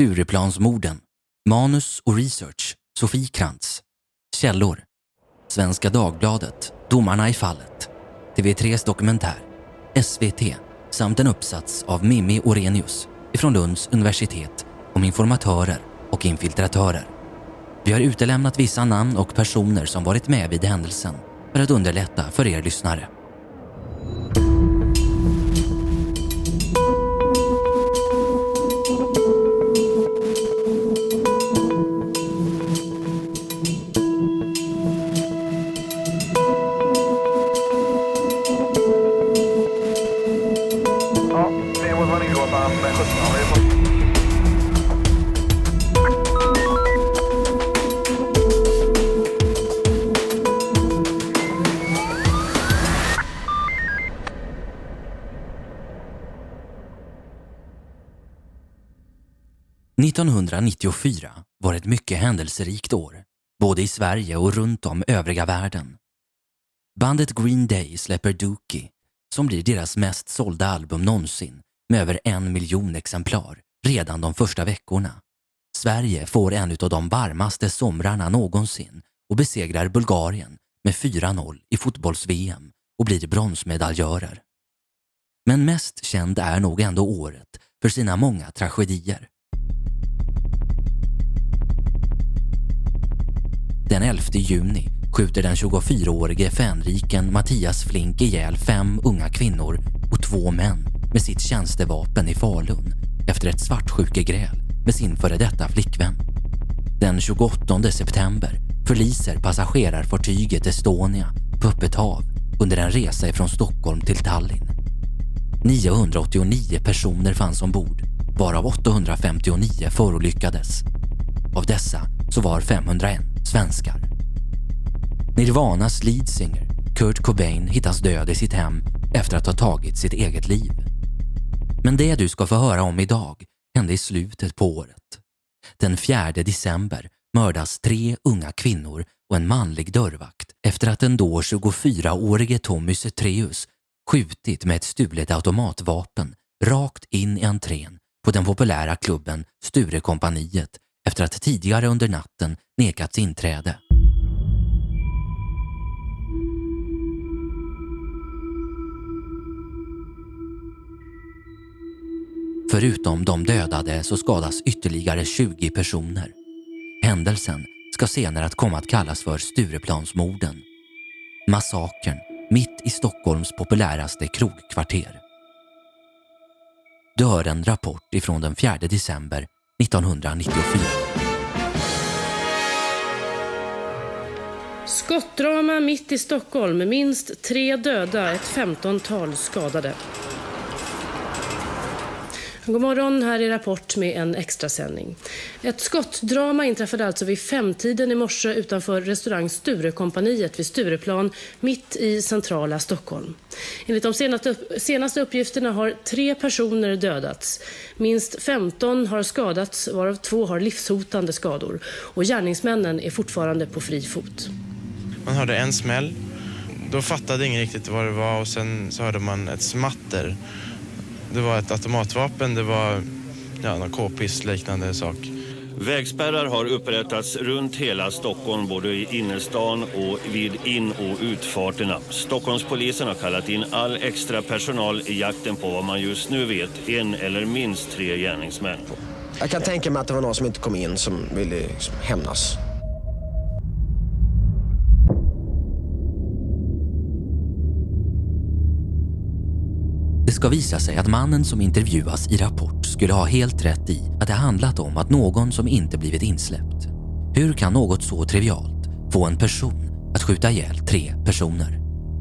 Stureplansmorden. Manus och research Sofie Krantz. Källor: Svenska Dagbladet, Domarna i fallet, TV3s dokumentär, SVT samt en uppsats av Mimmi Orenius ifrån Lunds universitet om informatörer och infiltratörer. Vi har utelämnat vissa namn och personer som varit med vid händelsen för att underlätta för er lyssnare. –1994 var ett mycket händelserikt år, både i Sverige och runt om övriga världen. Bandet Green Day släpper Dookie, som blir deras mest sålda album någonsin, med över 1 miljon exemplar redan de första veckorna. Sverige får en av de varmaste somrarna någonsin och besegrar Bulgarien med 4-0 i fotbolls-VM och blir bronsmedaljörer. Men mest känd är nog ändå året för sina många tragedier. Den 11 juni skjuter den 24-årige fänriken Mattias Flink ihjäl 5 unga kvinnor och 2 män med sitt tjänstevapen i Falun efter ett svartsjukegräl med sin före detta flickvän. Den 28 september förliser passagerarfartyget Estonia på öppet hav under en resa ifrån Stockholm till Tallinn. 989 personer fanns ombord, varav 859 förolyckades. Av dessa så var 501 svenskar. Nirvanas leadsinger Kurt Cobain hittas död i sitt hem efter att ha tagit sitt eget liv. Men det du ska få höra om idag hände i slutet på året. Den 4 december mördas 3 unga kvinnor och en manlig dörrvakt efter att den då 24-årige Tommy Zethraeus skjutit med ett stulet automatvapen rakt in i entrén på den populära klubben Sturekompaniet efter att tidigare under natten nekats inträde. Förutom de dödade så skadas ytterligare 20 personer. Händelsen ska senare att komma att kallas för Stureplansmorden. Massakern mitt i Stockholms populäraste krogkvarter. Du hör en rapport ifrån den 4 december 1994. Skottdrama mitt i Stockholm med minst 3 döda, ett 15-tal skadade. God morgon, här är Rapport med en extra sändning. Ett skottdrama inträffade alltså vid 5-tiden i morse utanför restaurang Sturekompaniet vid Stureplan mitt i centrala Stockholm. Enligt de senaste uppgifterna har 3 personer dödats. Minst 15 har skadats, varav 2 har livshotande skador. Och gärningsmännen är fortfarande på fri fot. Man hörde en smäll. Då fattade ingen riktigt vad det var och sen så hörde man ett smatter. Det var ett automatvapen, det var någon k-pist liknande sak. Vägspärrar har upprättats runt hela Stockholm, både i innerstan och vid in- och utfarterna. Stockholmspolisen har kallat in all extra personal i jakten på vad man just nu vet, 1 eller minst 3 gärningsmän. Jag kan tänka mig att det var någon som inte kom in som ville hämnas. Det ska visa sig att mannen som intervjuas i Rapport skulle ha helt rätt i att det handlat om att någon som inte blivit insläppt. Hur kan något så trivialt få en person att skjuta ihjäl 3 personer?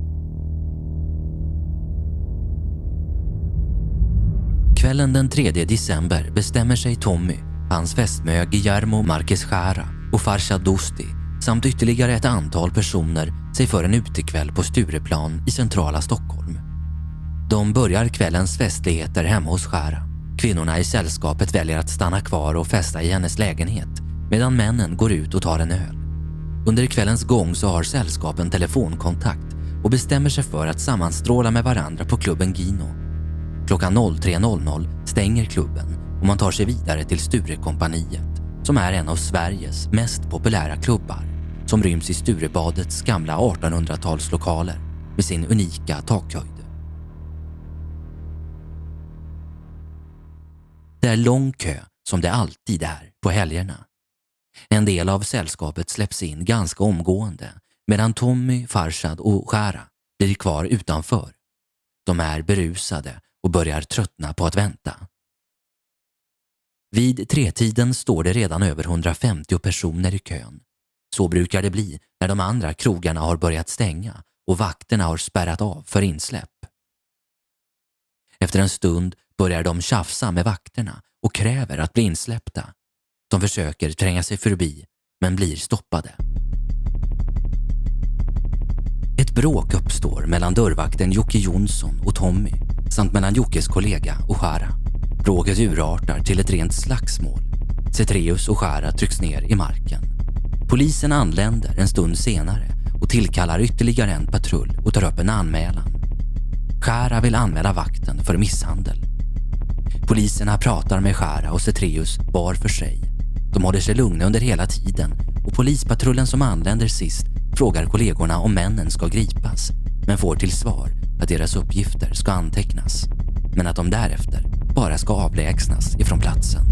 Kvällen den 3 december bestämmer sig Tommy, hans fästmö Guillermo Marquez Jara och Farshad Dosti samt ytterligare ett antal personer sig för en utekväll på Stureplan i centrala Stockholm. De börjar kvällens festligheter hemma hos Jara. Kvinnorna i sällskapet väljer att stanna kvar och festa i hennes lägenhet medan männen går ut och tar en öl. Under kvällens gång så har sällskapen telefonkontakt och bestämmer sig för att sammanstråla med varandra på klubben Gino. Klockan 03.00 stänger klubben och man tar sig vidare till Sturekompaniet, som är en av Sveriges mest populära klubbar, som ryms i Sturebadets gamla 1800-talslokaler med sin unika takhöjd. Det är lång kö som det alltid är på helgerna. En del av sällskapet släpps in ganska omgående, medan Tommy, Farshad och Shara blir kvar utanför. De är berusade och börjar tröttna på att vänta. Vid 3-tiden står det redan över 150 personer i kön. Så brukar det bli när de andra krogarna har börjat stänga och vakterna har spärrat av för insläpp. Efter en stund börjar de tjafsa med vakterna och kräver att bli insläppta. De försöker tränga sig förbi men blir stoppade. Ett bråk uppstår mellan dörrvakten Jocke Jonsson och Tommy samt mellan Jockes kollega och Shara. Bråket urartar till ett rent slagsmål. Cetreus och Shara trycks ner i marken. Polisen anländer en stund senare och tillkallar ytterligare en patrull och tar upp en anmälan. Shara vill anmäla vakten för misshandel. Poliserna pratar med Shara och Cetreus var för sig. De håller sig lugna under hela tiden och polispatrullen som anländer sist frågar kollegorna om männen ska gripas, men får till svar att deras uppgifter ska antecknas, men att de därefter bara ska avlägsnas ifrån platsen.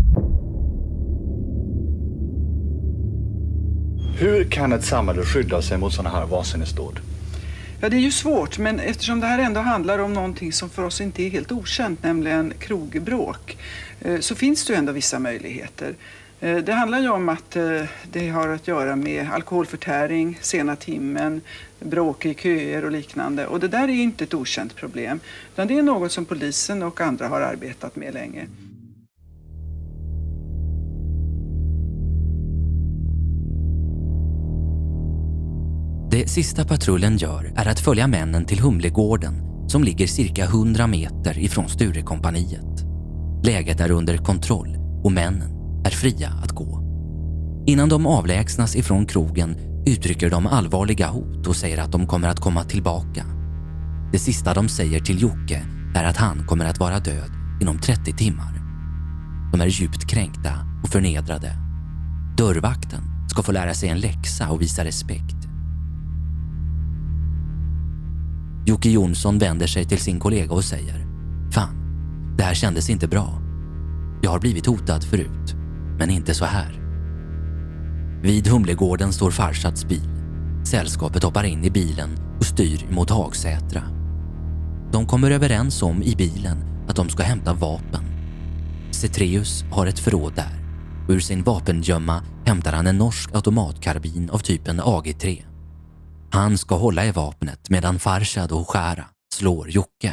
Hur kan ett samhälle skydda sig mot sådana här vansinnesdåd? Ja, det är ju svårt, men eftersom det här ändå handlar om någonting som för oss inte är helt okänt, nämligen krogbråk, så finns det ju ändå vissa möjligheter. Det handlar ju om att det har att göra med alkoholförtäring, sena timmen, bråk i köer och liknande. Och det där är inte ett okänt problem, utan det är något som polisen och andra har arbetat med länge. Det sista patrullen gör är att följa männen till Humlegården som ligger cirka 100 meter ifrån Sturekompaniet. Läget är under kontroll och männen är fria att gå. Innan de avlägsnas ifrån krogen uttrycker de allvarliga hot och säger att de kommer att komma tillbaka. Det sista de säger till Jocke är att han kommer att vara död inom 30 timmar. De är djupt kränkta och förnedrade. Dörrvakten ska få lära sig en läxa och visa respekt. Jocke Jonsson vänder sig till sin kollega och säger: "Fan, det här kändes inte bra. Jag har blivit hotad förut, men inte så här." Vid Humlegården står Farshads bil. Sällskapet hoppar in i bilen och styr mot Hagsätra. De kommer överens om i bilen att de ska hämta vapen. Cetreus har ett förråd där. Ur sin vapengömma hämtar han en norsk automatkarbin av typen AG3. Han ska hålla i vapnet medan Farshad och Shara slår Jocke.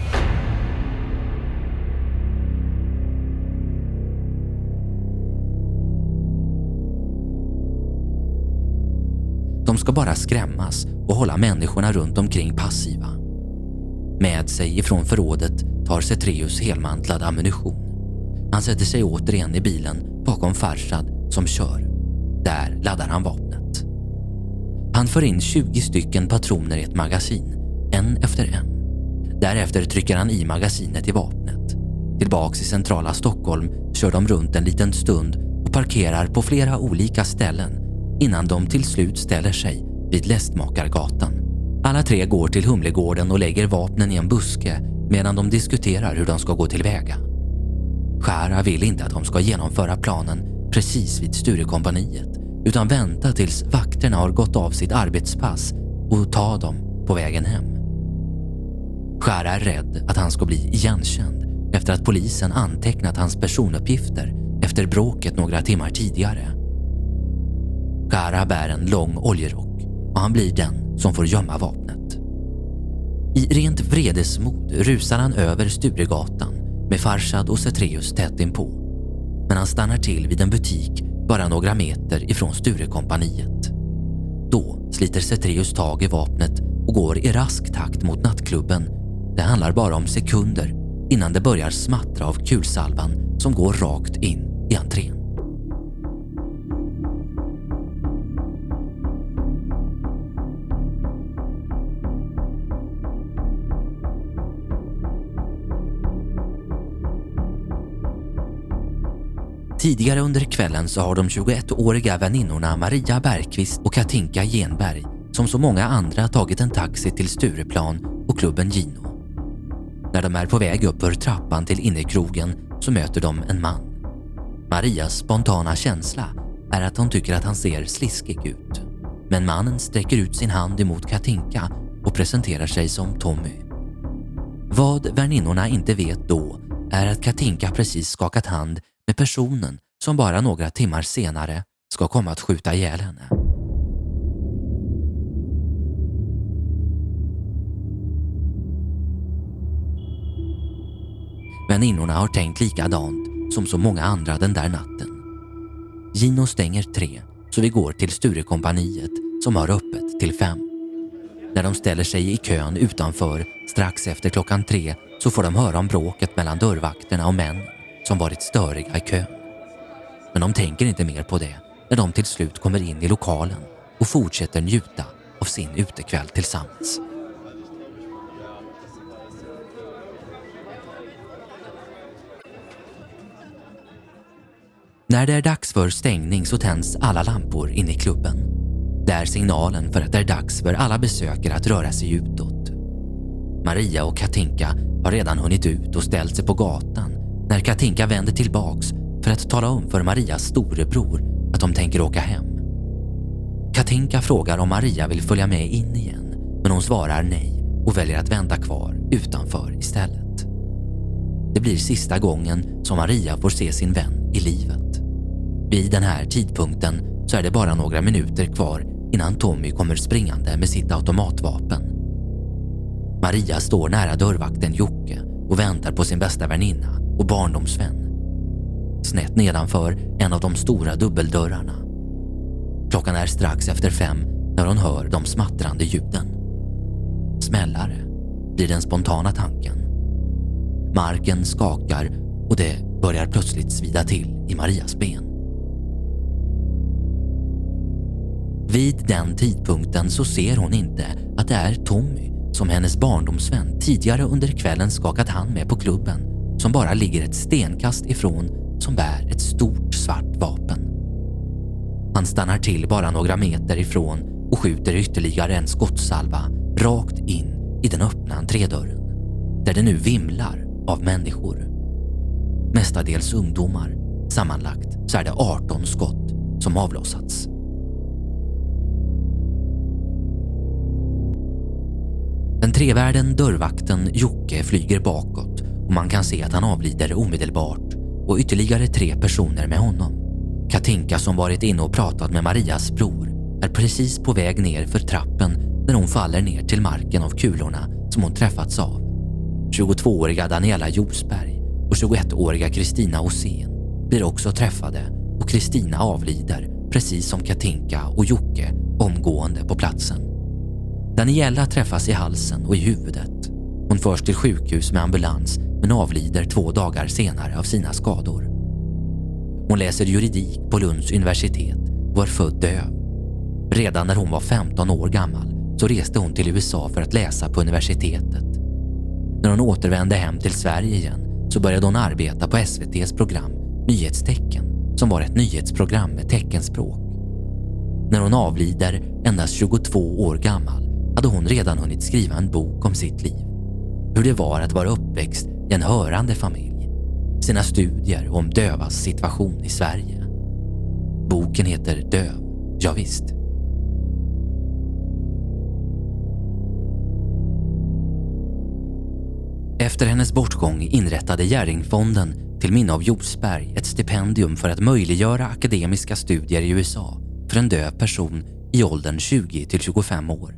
De ska bara skrämmas och hålla människorna runt omkring passiva. Med sig ifrån förrådet tar Cetreus helmantlad ammunition. Han sätter sig återigen i bilen bakom Farshad som kör. Där laddar han vapnet. Han för in 20 stycken patroner i ett magasin, en efter en. Därefter trycker han i magasinet i vapnet. Tillbaks i centrala Stockholm kör de runt en liten stund och parkerar på flera olika ställen innan de till slut ställer sig vid Lästmakargatan. Alla tre går till Humlegården och lägger vapnen i en buske medan de diskuterar hur de ska gå tillväga. Shara vill inte att de ska genomföra planen precis vid Sturekompaniet, utan vänta tills vakterna har gått av sitt arbetspass och ta dem på vägen hem. Shara är rädd att han ska bli igenkänd efter att polisen antecknat hans personuppgifter efter bråket några timmar tidigare. Shara bär en lång oljerock och han blir den som får gömma vapnet. I rent vredesmod rusar han över Sturegatan med Farshad och Cetreus tätt inpå. Men han stannar till vid en butik bara några meter ifrån Sturekompaniet. Då sliter Cetreus tag i vapnet och går i rask takt mot nattklubben. Det handlar bara om sekunder innan det börjar smattra av kulsalvan som går rakt in i entrén. Tidigare under kvällen så har de 21-åriga väninnorna Maria Bergqvist och Katinka Genberg som så många andra tagit en taxi till Stureplan och klubben Gino. När de är på väg upp för trappan till innerkrogen så möter de en man. Marias spontana känsla är att hon tycker att han ser sliskig ut. Men mannen sträcker ut sin hand emot Katinka och presenterar sig som Tommy. Vad väninnorna inte vet då är att Katinka precis skakat hand med personen som bara några timmar senare ska komma att skjuta ihjäl henne. Väninnorna har tänkt likadant som så många andra den där natten. Gino stänger 3 så vi går till Sturekompaniet som har öppet till 5. När de ställer sig i kön utanför strax efter klockan 3 så får de höra om bråket mellan dörrvakterna och män som varit störiga i kön. Men de tänker inte mer på det när de till slut kommer in i lokalen och fortsätter njuta av sin utekväll tillsammans. När det är dags för stängning så tänds alla lampor inne i klubben. Det är signalen för att det är dags för alla besökare att röra sig utåt. Maria och Katinka har redan hunnit ut och ställt sig på gatan när Katinka vänder tillbaks för att tala om för Marias storebror att de tänker åka hem. Katinka frågar om Maria vill följa med in igen, men hon svarar nej och väljer att vända kvar utanför istället. Det blir sista gången som Maria får se sin vän i livet. Vid den här tidpunkten så är det bara några minuter kvar innan Tommy kommer springande med sitt automatvapen. Maria står nära dörrvakten Jocke och väntar på sin bästa väninna och barndomsvän. Snett nedanför en av de stora dubbeldörrarna. Klockan är strax efter 5 när hon hör de smattrande ljuden. Smällare blir den spontana tanken. Marken skakar och det börjar plötsligt svida till i Marias ben. Vid den tidpunkten så ser hon inte att det är Tommy som hennes barndomsvän tidigare under kvällen skakat hand med på klubben som bara ligger ett stenkast ifrån som bär ett stort svart vapen. Han stannar till bara några meter ifrån och skjuter ytterligare en skottsalva rakt in i den öppna entrédörren där det nu vimlar av människor. Mestadels ungdomar. Sammanlagt så är det 18 skott som avlossats. Den trevärden dörrvakten Jocke flyger bakåt och man kan se att han avlider omedelbart och ytterligare 3 personer med honom. Katinka som varit inne och pratat med Marias bror är precis på väg ner för trappen när hon faller ner till marken av kulorna som hon träffats av. 22-åriga Daniela Josberg och 21-åriga Kristina Åsén blir också träffade och Kristina avlider precis som Katinka och Jocke omgående på platsen. Daniela träffas i halsen och i huvudet. Hon förs till sjukhus med ambulans men avlider 2 dagar senare av sina skador. Hon läser juridik på Lunds universitet och var född döv. Redan när hon var 15 år gammal så reste hon till USA för att läsa på universitetet. När hon återvände hem till Sverige igen så började hon arbeta på SVT:s program Nyhetstecken som var ett nyhetsprogram med teckenspråk. När hon avlider endast 22 år gammal hade hon redan hunnit skriva en bok om sitt liv. Hur det var att vara uppväxt i en hörande familj. Sina studier om dövas situation i Sverige. Boken heter Döv, ja visst. Efter hennes bortgång inrättade Jerringfonden till minne av Josberg ett stipendium för att möjliggöra akademiska studier i USA för en döv person i åldern 20 till 25 år.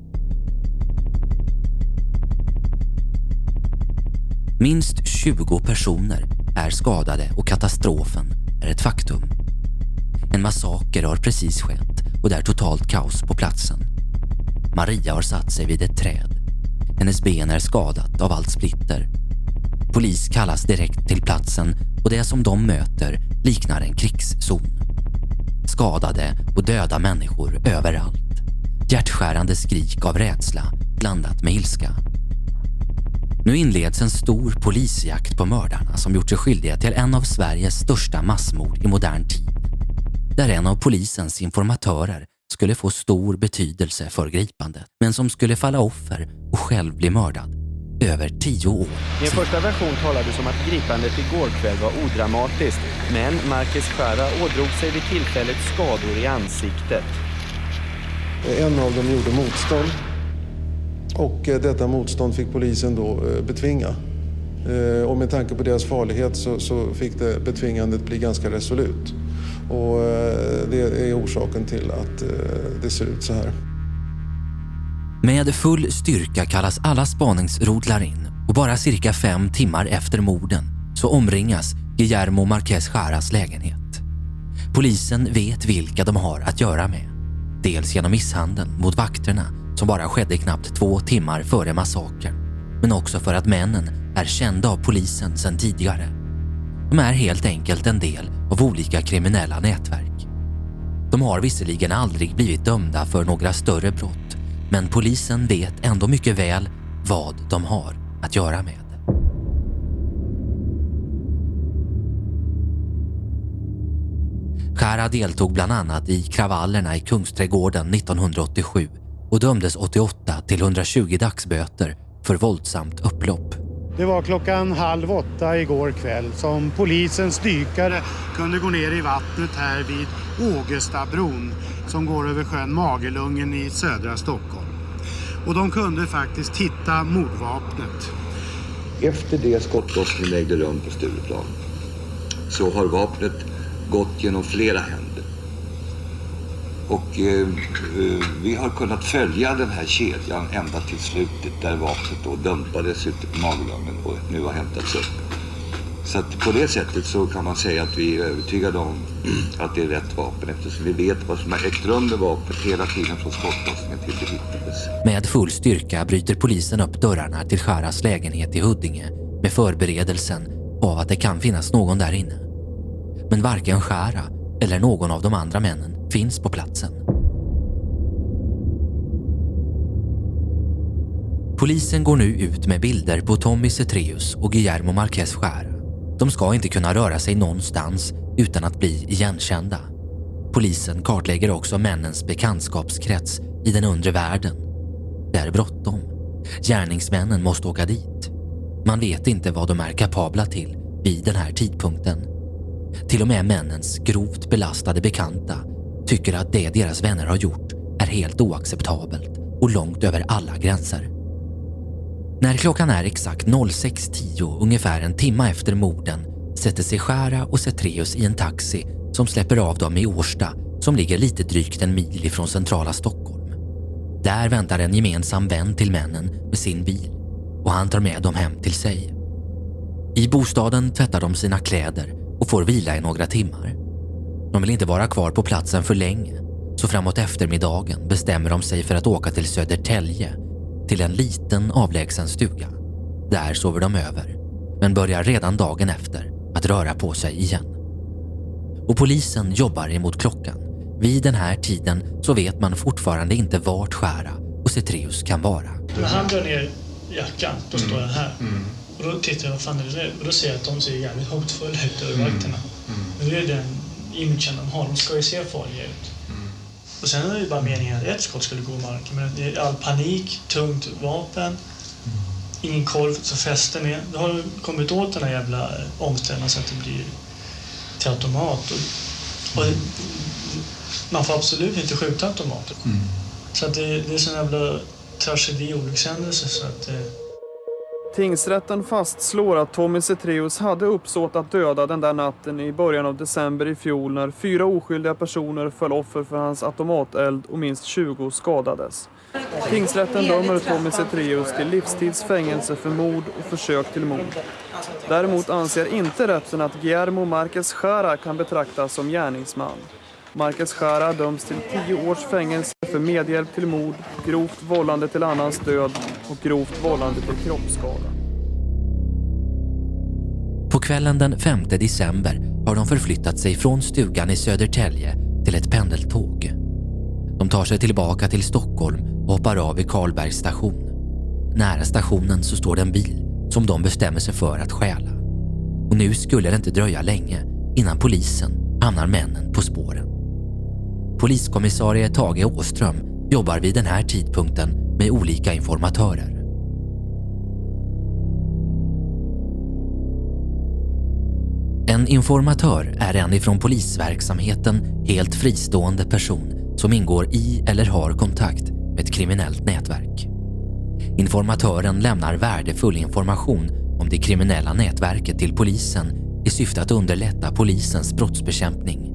Minst 20 personer är skadade och katastrofen är ett faktum. En massaker har precis skett och det är totalt kaos på platsen. Maria har satt sig vid ett träd. Hennes ben är skadat av allt splitter. Polis kallas direkt till platsen och det som de möter liknar en krigszon. Skadade och döda människor överallt. Hjärtskärande skrik av rädsla blandat med ilska. Nu inleds en stor polisjakt på mördarna som gjort sig skyldiga till en av Sveriges största massmord i modern tid. Där en av polisens informatörer skulle få stor betydelse för gripandet, men som skulle falla offer och själv bli mördad över 10 år. I en första version talades om att gripandet igår kväll var odramatiskt, men Marquez Jara ådrog sig vid tillfället skador i ansiktet. En av dem gjorde motstånd och detta motstånd fick polisen då betvinga. Och med tanke på deras farlighet så fick det betvingandet bli ganska resolut. Och det är orsaken till att det ser ut så här. Med full styrka kallas alla spaningsrodlar in och bara cirka 5 timmar efter morden så omringas Guillermo Marquez Jaras lägenhet. Polisen vet vilka de har att göra med. Dels genom misshandeln mot vakterna som bara skedde knappt 2 timmar före massakern, men också för att männen är kända av polisen sedan tidigare. De är helt enkelt en del av olika kriminella nätverk. De har visserligen aldrig blivit dömda för några större brott, men polisen vet ändå mycket väl vad de har att göra med. Jara deltog bland annat i kravallerna i Kungsträdgården 1987 och dömdes 88 till 120 dagsböter för våldsamt upplopp. Det var 7:30 igår kväll som polisens dykare kunde gå ner i vattnet här vid Ågestabron som går över sjön Magelungen i södra Stockholm. Och de kunde faktiskt hitta mordvapnet. Efter det skottlossningen ägde rum på Stureplan så har vapnet gått genom flera händer. Och vi har kunnat följa den här kedjan ända till slutet där vapnet då dumpades ute på Magelungen och nu har hämtats upp. Så att på det sättet så kan man säga att vi är övertygade om att det är rätt vapen eftersom vi vet vad som har ägt rum med vapnet hela tiden från skottlossningen till det hittades. Med full styrka bryter polisen upp dörrarna till Jaras lägenhet i Huddinge med förberedelsen av att det kan finnas någon där inne. Men varken Jara eller någon av de andra männen finns på platsen. Polisen går nu ut med bilder på Tommy Zethraeus och Guillermo Marquez Jara. De ska inte kunna röra sig någonstans utan att bli igenkända. Polisen kartlägger också männens bekantskapskrets i den undre världen. Det är bråttom. Gärningsmännen måste åka dit. Man vet inte vad de är kapabla till vid den här tidpunkten. Till och med männens grovt belastade bekanta tycker att det deras vänner har gjort är helt oacceptabelt och långt över alla gränser. När klockan är exakt 06:10, ungefär en timme efter morden, sätter sig Jara och Zethraeus i en taxi som släpper av dem i Årsta, som ligger lite drygt en mil ifrån centrala Stockholm. Där väntar en gemensam vän till männen med sin bil och han tar med dem hem till sig. I bostaden tvättar de sina kläder och får vila i några timmar. De vill inte vara kvar på platsen för länge, så framåt eftermiddagen bestämmer de sig för att åka till Södertälje, till en liten avlägsen stuga. Där sover de över, men börjar redan dagen efter att röra på sig igen. Och polisen jobbar emot klockan. Vid den här tiden så vet man fortfarande inte vart Jara och Zethraeus kan vara. När han drar ner jackan, då står jag här. Och då tittar jag, vad fan är det? Och då ser jag att de ser jävligt hotfulla ut över vakterna. Men det är den imagen de har, de ska ju se farliga ut. Och sen är det ju bara meningen att ett skott skulle gå i marken. Men det är all panik, tungt vapen, ingen korv så fäster med. Då har du kommit åt den här jävla omställningen så att det blir till automat. Och man får absolut inte skjuta automater. Så att det är sån jävla tragedi och olyckshändelse så att... Tingsrätten fastslår att Tommy Zethraeus hade uppsåt att döda den där natten i början av december i fjol när 4 oskyldiga personer föll offer för hans automateld och minst 20 skadades. Tingsrätten dömer Tommy Zethraeus till livstidsfängelse för mord och försök till mord. Däremot anser inte rätten att Guillermo Marquez Jara kan betraktas som gärningsman. Marquez Jara döms till 10 års fängelse för medhjälp till mord, grovt vållande till annans död och grovt vållande till kroppsskada. På kvällen den 5 december har de förflyttat sig från stugan i Södertälje till ett pendeltåg. De tar sig tillbaka till Stockholm och hoppar av i Karlbergs station. Nära stationen så står det en bil som de bestämmer sig för att stjäla. Och nu skulle det inte dröja länge innan polisen hamnar männen på spåren. Poliskommissarie Tage Åström jobbar vid den här tidpunkten med olika informatörer. En informatör är en ifrån polisverksamheten helt fristående person som ingår i eller har kontakt med ett kriminellt nätverk. Informatören lämnar värdefull information om det kriminella nätverket till polisen i syfte att underlätta polisens brottsbekämpning.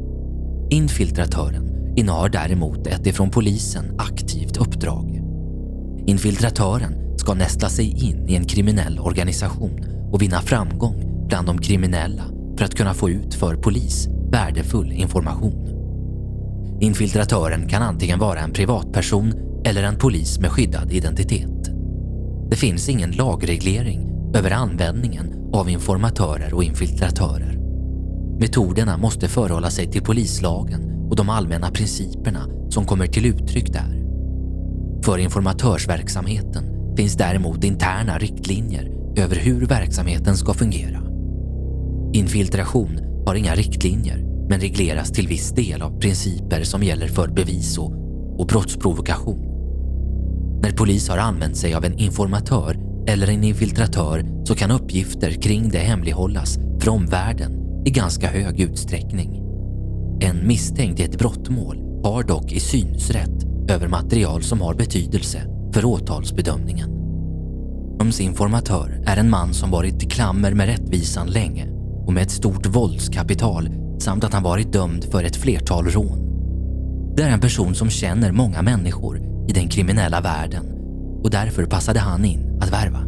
Infiltratören innehar däremot ett ifrån polisen aktivt uppdrag. Infiltratören ska nästla sig in i en kriminell organisation och vinna framgång bland de kriminella för att kunna få ut för polis värdefull information. Infiltratören kan antingen vara en privatperson eller en polis med skyddad identitet. Det finns ingen lagreglering över användningen av informatörer och infiltratörer. Metoderna måste förhålla sig till polislagen och de allmänna principerna som kommer till uttryck där. För informatörsverksamheten finns däremot interna riktlinjer över hur verksamheten ska fungera. Infiltration har inga riktlinjer men regleras till viss del av principer som gäller för bevis och brottsprovokation. När polis har använt sig av en informatör eller en infiltratör så kan uppgifter kring det hemlighållas för omvärlden i ganska hög utsträckning. En misstänkt i ett brottmål har dock i synsrätt över material som har betydelse för åtalsbedömningen. Hans informatör är en man som varit i klammer med rättvisan länge och med ett stort våldskapital samt att han varit dömd för ett flertal rån. Det är en person som känner många människor i den kriminella världen och därför passade han in att värva.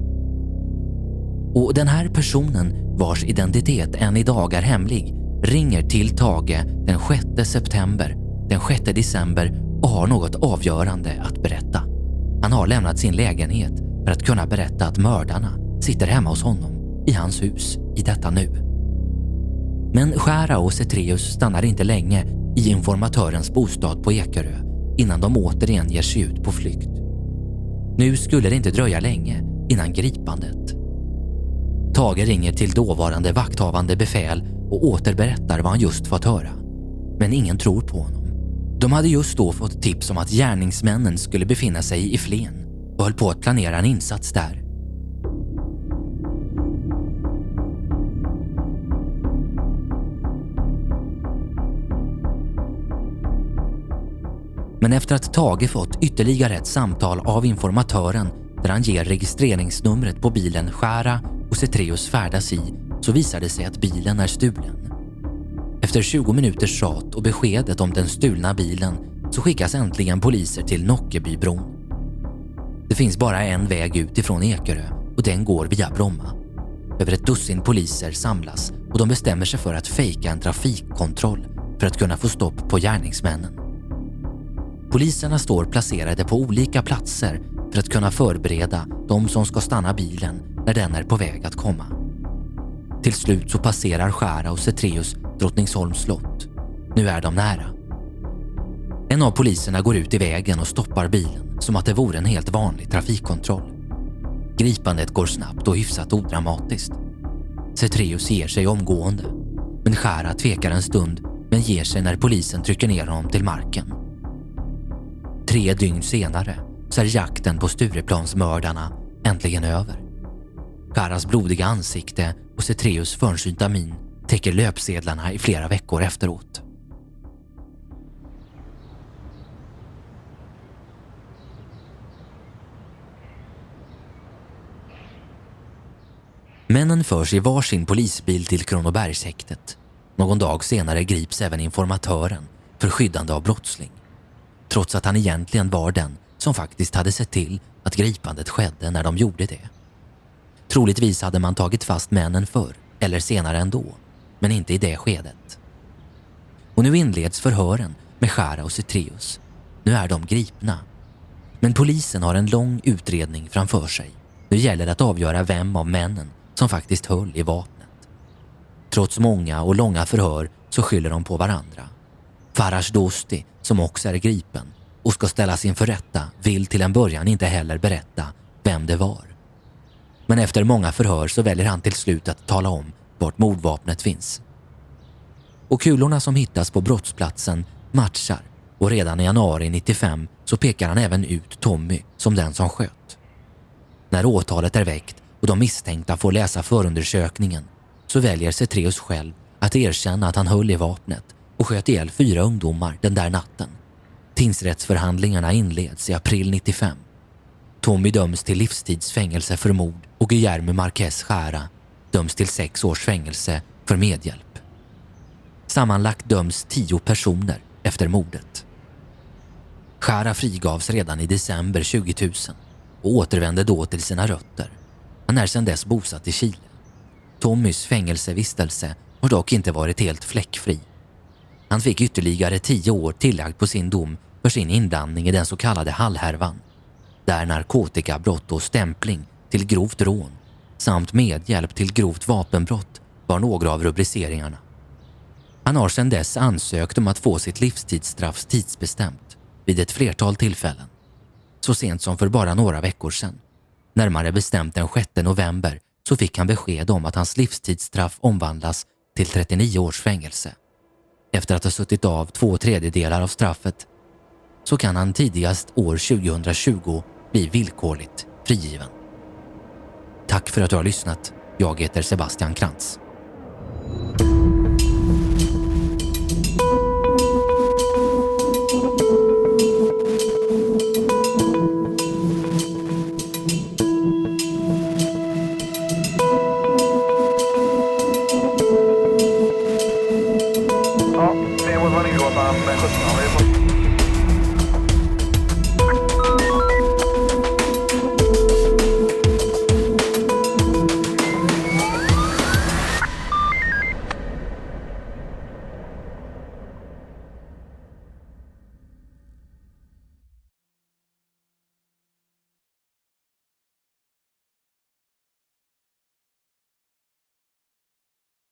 Och den här personen, vars identitet än idag är hemlig, ringer till Tage den 6 september, den 6 december och har något avgörande att berätta. Han har lämnat sin lägenhet för att kunna berätta att mördarna sitter hemma hos honom i hans hus i detta nu. Men Skära och Cetreus stannar inte länge i informatörens bostad på Ekerö innan de återigen ger sig ut på flykt. Nu skulle det inte dröja länge innan gripandet. Tage ringer till dåvarande vakthavande befäl och återberättar vad han just fått höra. Men ingen tror på honom. De hade just då fått tips om att gärningsmännen skulle befinna sig i Flen och höll på att planera en insats där. Men efter att Tage fått ytterligare ett samtal av informatören där han ger registreringsnumret på bilen Skära och Cetreus färdas i, så visar det sig att bilen är stulen. Efter 20 minuters tjat och beskedet om den stulna bilen så skickas äntligen poliser till Nockebybron. Det finns bara en väg ut ifrån Ekerö och den går via Bromma. Över ett dussin poliser samlas och de bestämmer sig för att fejka en trafikkontroll för att kunna få stopp på gärningsmännen. Poliserna står placerade på olika platser för att kunna förbereda de som ska stanna bilen när den är på väg att komma. Till slut så passerar Skära och Cetreus Drottningsholms slott. Nu är de nära. En av poliserna går ut i vägen och stoppar bilen som att det vore en helt vanlig trafikkontroll. Gripandet går snabbt och hyfsat odramatiskt. Cetreus ger sig omgående, men Skära tvekar en stund men ger sig när polisen trycker ner honom till marken. 3 dygn senare så är jakten på Stureplansmördarna äntligen över. Skäras blodiga ansikte och Cetreus försynta min täcker löpsedlarna i flera veckor efteråt. Männen förs i varsin polisbil till Kronobergshäktet. Någon dag senare grips även informatören för skyddande av brottsling. Trots att han egentligen var den som faktiskt hade sett till att gripandet skedde när de gjorde det. Troligtvis hade man tagit fast männen förr eller senare ändå, men inte i det skedet. Och nu inleds förhören med Skära och Cetreus. Nu är de gripna. Men polisen har en lång utredning framför sig. Nu gäller det att avgöra vem av männen som faktiskt höll i vapnet. Trots många och långa förhör så skyller de på varandra. Farash Dosti, som också är gripen och ska ställas inför rätta, vill till en början inte heller berätta vem det var. Men efter många förhör så väljer han till slut att tala om vart mordvapnet finns. Och kulorna som hittas på brottsplatsen matchar, och redan i januari 95 så pekar han även ut Tommy som den som sköt. När åtalet är väckt och de misstänkta får läsa förundersökningen så väljer Cetreus själv att erkänna att han höll i vapnet och sköt ihjäl 4 ungdomar den där natten. Tingsrättsförhandlingarna inleds i april 95. Tommy döms till livstidsfängelse för mord och Guillermo Marquez Jara döms till 6 års fängelse för medhjälp. Sammanlagt döms 10 personer efter mordet. Jara frigavs redan i december 2000 och återvände då till sina rötter. Han är sedan dess bosatt i Chile. Tommys fängelsevistelse har dock inte varit helt fläckfri. Han fick ytterligare 10 år tillagd på sin dom för sin inblandning i den så kallade Hallhärvan, där narkotikabrott och stämpling till grovt rån samt medhjälp till grovt vapenbrott var några av rubriceringarna. Han har sedan dess ansökt om att få sitt livstidsstraff tidsbestämt vid ett flertal tillfällen. Så sent som för bara några veckor sedan, närmare bestämt den 6 november, så fick han besked om att hans livstidsstraff omvandlas till 39 års fängelse. Efter att ha suttit av 2/3 av straffet så kan han tidigast år 2020 bli villkorligt frigiven. Tack för att du har lyssnat. Jag heter Sebastian Krantz. Ja, det var vad ni då, men 17 har vi fått.